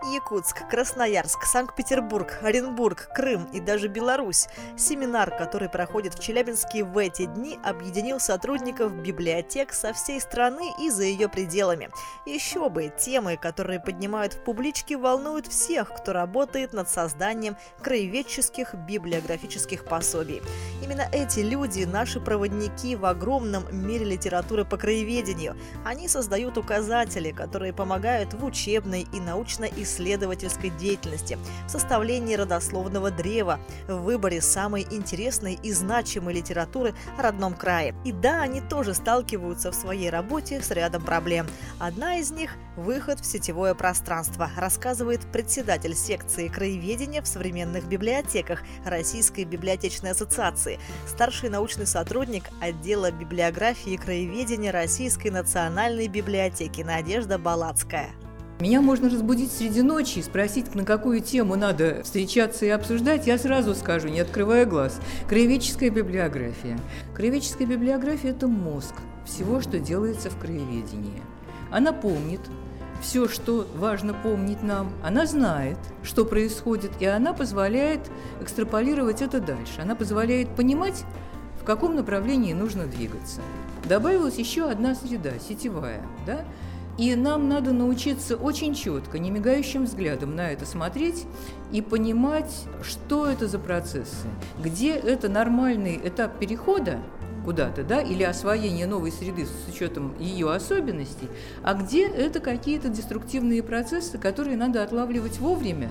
Якутск, Красноярск, Санкт-Петербург, Оренбург, Крым и даже Беларусь. Семинар, который проходит в Челябинске в эти дни, объединил сотрудников библиотек со всей страны и за ее пределами. Еще бы, темы, которые поднимают в публичке, волнуют всех, кто работает над созданием краеведческих библиографических пособий. Именно эти люди – наши проводники в огромном мире литературы по краеведению. Они создают указатели, которые помогают в учебной и научно-исследовательской деятельности, в составлении родословного древа, в выборе самой интересной и значимой литературы о родном крае. И да, они тоже сталкиваются в своей работе с рядом проблем. Одна из них – выход в сетевое пространство, рассказывает председатель секции краеведения в современных библиотеках Российской библиотечной ассоциации, старший научный сотрудник отдела библиографии и краеведения Российской национальной библиотеки Надежда Балацкая. Меня можно разбудить среди ночи и спросить, на какую тему надо встречаться и обсуждать, я сразу скажу, не открывая глаз. Краеведческая библиография. Краеведческая библиография – это мозг всего, что делается в краеведении. Она помнит все, что важно помнить нам, она знает, что происходит, и она позволяет экстраполировать это дальше. Она позволяет понимать, в каком направлении нужно двигаться. Добавилась еще одна среда, сетевая, да? И нам надо научиться очень четко, немигающим взглядом на это смотреть и понимать, что это за процессы, где это нормальный этап перехода куда-то, да, или освоения новой среды с учетом ее особенностей, а где это какие-то деструктивные процессы, которые надо отлавливать вовремя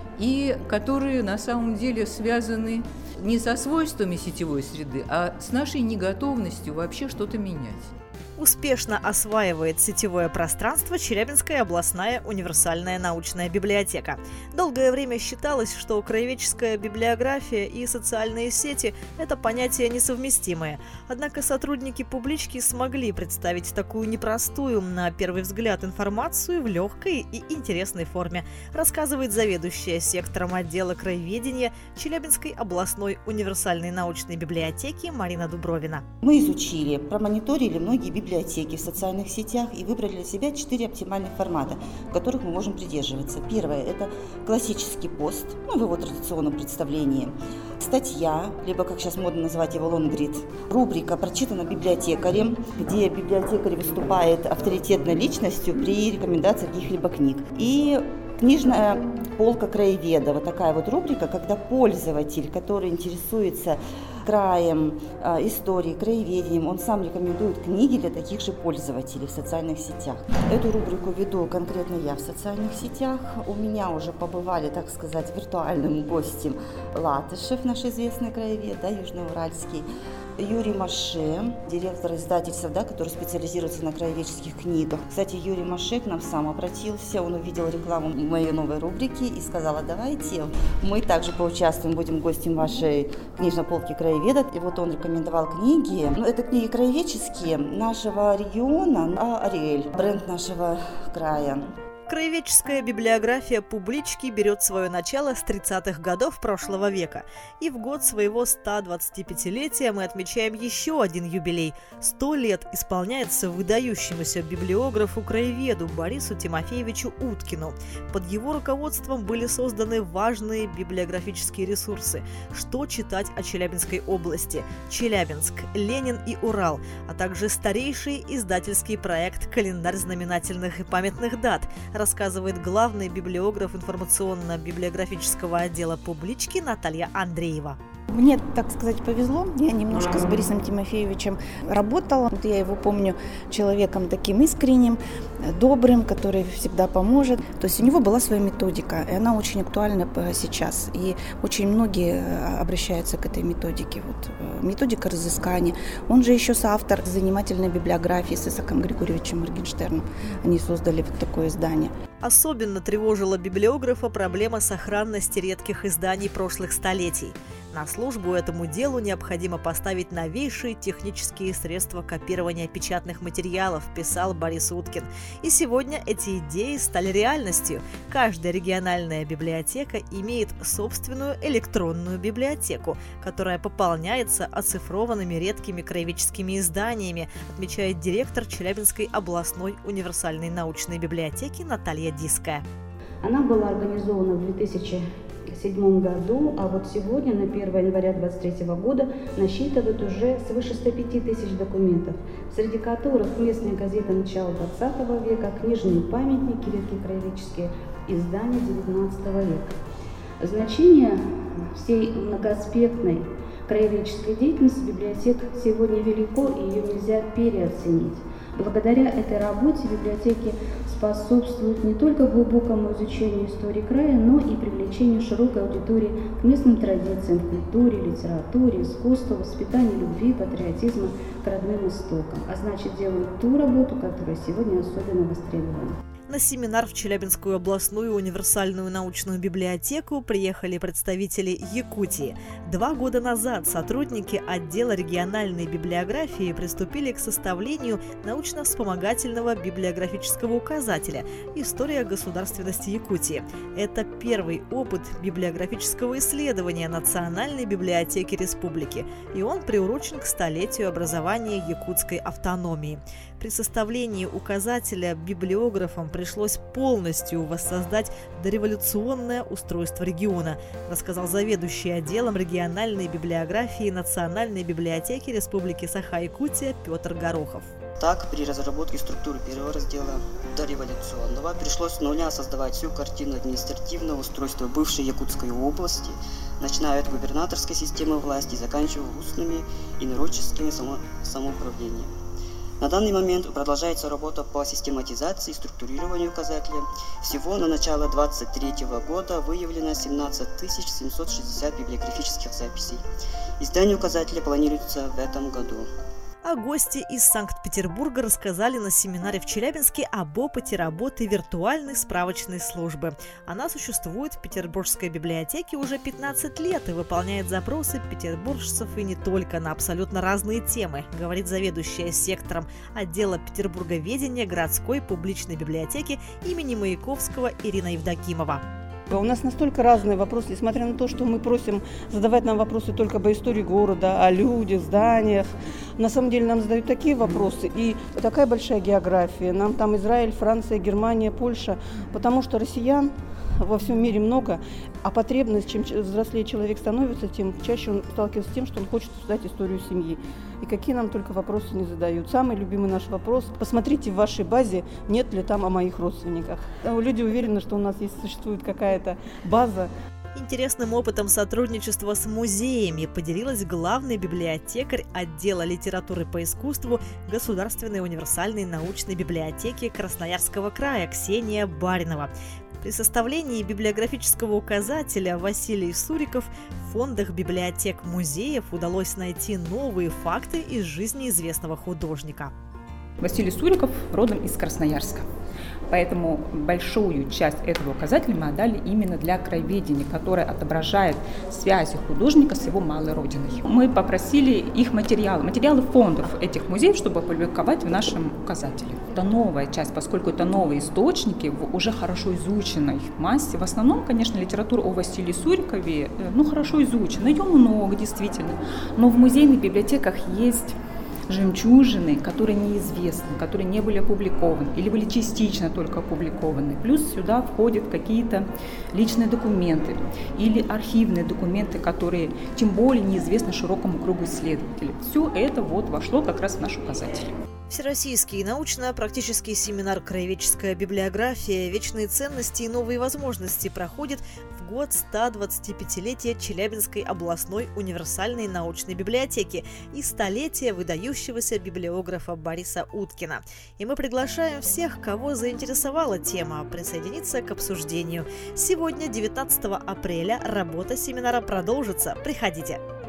и которые на самом деле связаны не со свойствами сетевой среды, а с нашей неготовностью вообще что-то менять. Успешно осваивает сетевое пространство Челябинская областная универсальная научная библиотека. Долгое время считалось, что краеведческая библиография и социальные сети – это понятия несовместимые. Однако сотрудники публички смогли представить такую непростую, на первый взгляд, информацию в легкой и интересной форме, рассказывает заведующая сектором отдела краеведения Челябинской областной универсальной научной библиотеки Марина Дубровина. Мы изучили, промониторили многие библиотеки в социальных сетях и выбрали для себя 4 оптимальных формата, в которых мы можем придерживаться. Первое – это классический пост, в его традиционном представлении. Статья, либо, как сейчас модно называть его, лонгрид. Рубрика «Прочитана библиотекарем», где библиотекарь выступает авторитетной личностью при рекомендации каких-либо книг. И книжная полка краеведа. Вот такая вот рубрика, когда пользователь, который интересуется краем, историей, краеведением, он сам рекомендует книги для таких же пользователей в социальных сетях. Эту рубрику веду конкретно я в социальных сетях. У меня уже побывали, так сказать, виртуальным гостем Латышев, наш известный краевед, да, южноуральский, Юрий Маше, директор издательства, да, который специализируется на краеведческих книгах. Кстати, Юрий Маше к нам сам обратился, он увидел рекламу моей новой рубрики и сказал: давайте мы также поучаствуем, будем гостем вашей книжной полки краеведа. И вот он рекомендовал книги. Это книги краеведческие нашего региона, Ариэль, бренд нашего края. Краеведческая библиография публички берет свое начало с 30-х годов прошлого века. И в год своего 125-летия мы отмечаем еще один юбилей. 100 лет исполняется выдающемуся библиографу-краеведу Борису Тимофеевичу Уткину. Под его руководством были созданы важные библиографические ресурсы. Что читать о Челябинской области? Челябинск, Ленин и Урал, а также старейший издательский проект «Календарь знаменательных и памятных дат», рассказывает главный библиограф информационно-библиографического отдела публички Наталья Андреева. Мне, так сказать, повезло. Я немножко с Борисом Тимофеевичем работала. Я его помню человеком таким искренним, добрым, который всегда поможет. То есть у него была своя методика, и она очень актуальна сейчас. И очень многие обращаются к этой методике. Методика разыскания. Он же еще соавтор занимательной библиографии с Исааком Григорьевичем Моргенштерном. Они создали такое издание. Особенно тревожила библиографа проблема сохранности редких изданий прошлых столетий. На службу этому делу необходимо поставить новейшие технические средства копирования печатных материалов, писал Борис Уткин. И сегодня эти идеи стали реальностью. Каждая региональная библиотека имеет собственную электронную библиотеку, которая пополняется оцифрованными редкими краеведческими изданиями, отмечает директор Челябинской областной универсальной научной библиотеки Наталья Диская. Она была организована в 2007 году, а вот сегодня, на 1 января 2023 года, насчитывает уже свыше 105 тысяч документов, среди которых местные газеты начала 20 века, книжные памятники, редкие краеведческие издания 19 века. Значение всей многоаспектной краеведческой деятельности библиотек сегодня велико, и ее нельзя переоценить. Благодаря этой работе библиотеки способствуют не только глубокому изучению истории края, но и привлечению широкой аудитории к местным традициям в культуре, литературе, искусству, воспитанию любви, патриотизма к родным истокам, а значит делают ту работу, которая сегодня особенно востребована. На семинар в Челябинскую областную универсальную научную библиотеку приехали представители Якутии. 2 года назад сотрудники отдела региональной библиографии приступили к составлению научно-вспомогательного библиографического указателя «История государственности Якутии». Это первый опыт библиографического исследования Национальной библиотеки республики, и он приурочен к столетию образования якутской автономии. При составлении указателя библиографам пришлось полностью воссоздать дореволюционное устройство региона, рассказал заведующий отделом региональной библиографии Национальной библиотеки Республики Саха-Якутия Петр Горохов. Так, при разработке структуры первого раздела дореволюционного пришлось с нуля создавать всю картину административного устройства бывшей Якутской области, начиная от губернаторской системы власти, заканчивая устными и нароческими самоуправлением. На данный момент продолжается работа по систематизации и структурированию указателя. Всего на начало 2023 года выявлено 17 760 библиографических записей. Издание указателя планируется в этом году. А гости из Санкт-Петербурга рассказали на семинаре в Челябинске об опыте работы виртуальной справочной службы. Она существует в Петербургской библиотеке уже 15 лет и выполняет запросы петербуржцев и не только на абсолютно разные темы, говорит заведующая сектором отдела петербурговедения городской публичной библиотеки имени Маяковского Ирина Евдокимова. У нас настолько разные вопросы, несмотря на то, что мы просим задавать нам вопросы только об истории города, о людях, зданиях. На самом деле нам задают такие вопросы, и такая большая география. Нам там Израиль, Франция, Германия, Польша, потому что россиян во всем мире много, а потребность, чем взрослее человек становится, тем чаще он сталкивается с тем, что он хочет узнать историю семьи. И какие нам только вопросы не задают. Самый любимый наш вопрос – посмотрите в вашей базе, нет ли там о моих родственниках. Люди уверены, что у нас существует какая-то база. Интересным опытом сотрудничества с музеями поделилась главный библиотекарь отдела литературы по искусству Государственной универсальной научной библиотеки Красноярского края Ксения Баринова. При составлении библиографического указателя Василий Суриков в фондах библиотек музеев удалось найти новые факты из жизни известного художника. Василий Суриков родом из Красноярска. Поэтому большую часть этого указателя мы отдали именно для краеведения, которое отображает связи художника с его малой родиной. Мы попросили их материалы фондов этих музеев, чтобы опубликовать в нашем указателе. Это новая часть, поскольку это новые источники в уже хорошо изученной массе. В основном, конечно, литература о Василии Сурикове хорошо изучена, ее много действительно. Но в музейных библиотеках есть жемчужины, которые неизвестны, которые не были опубликованы или были частично только опубликованы. Плюс сюда входят какие-то личные документы или архивные документы, которые тем более неизвестны широкому кругу исследователей. Все это вошло как раз в наш указатель. Всероссийский научно-практический семинар «Краеведческая библиография. Вечные ценности и новые возможности» проходит в год 125-летия Челябинской областной универсальной научной библиотеки и столетия выдающегося библиографа Бориса Уткина. И мы приглашаем всех, кого заинтересовала тема, присоединиться к обсуждению. Сегодня, 19 апреля, работа семинара продолжится. Приходите!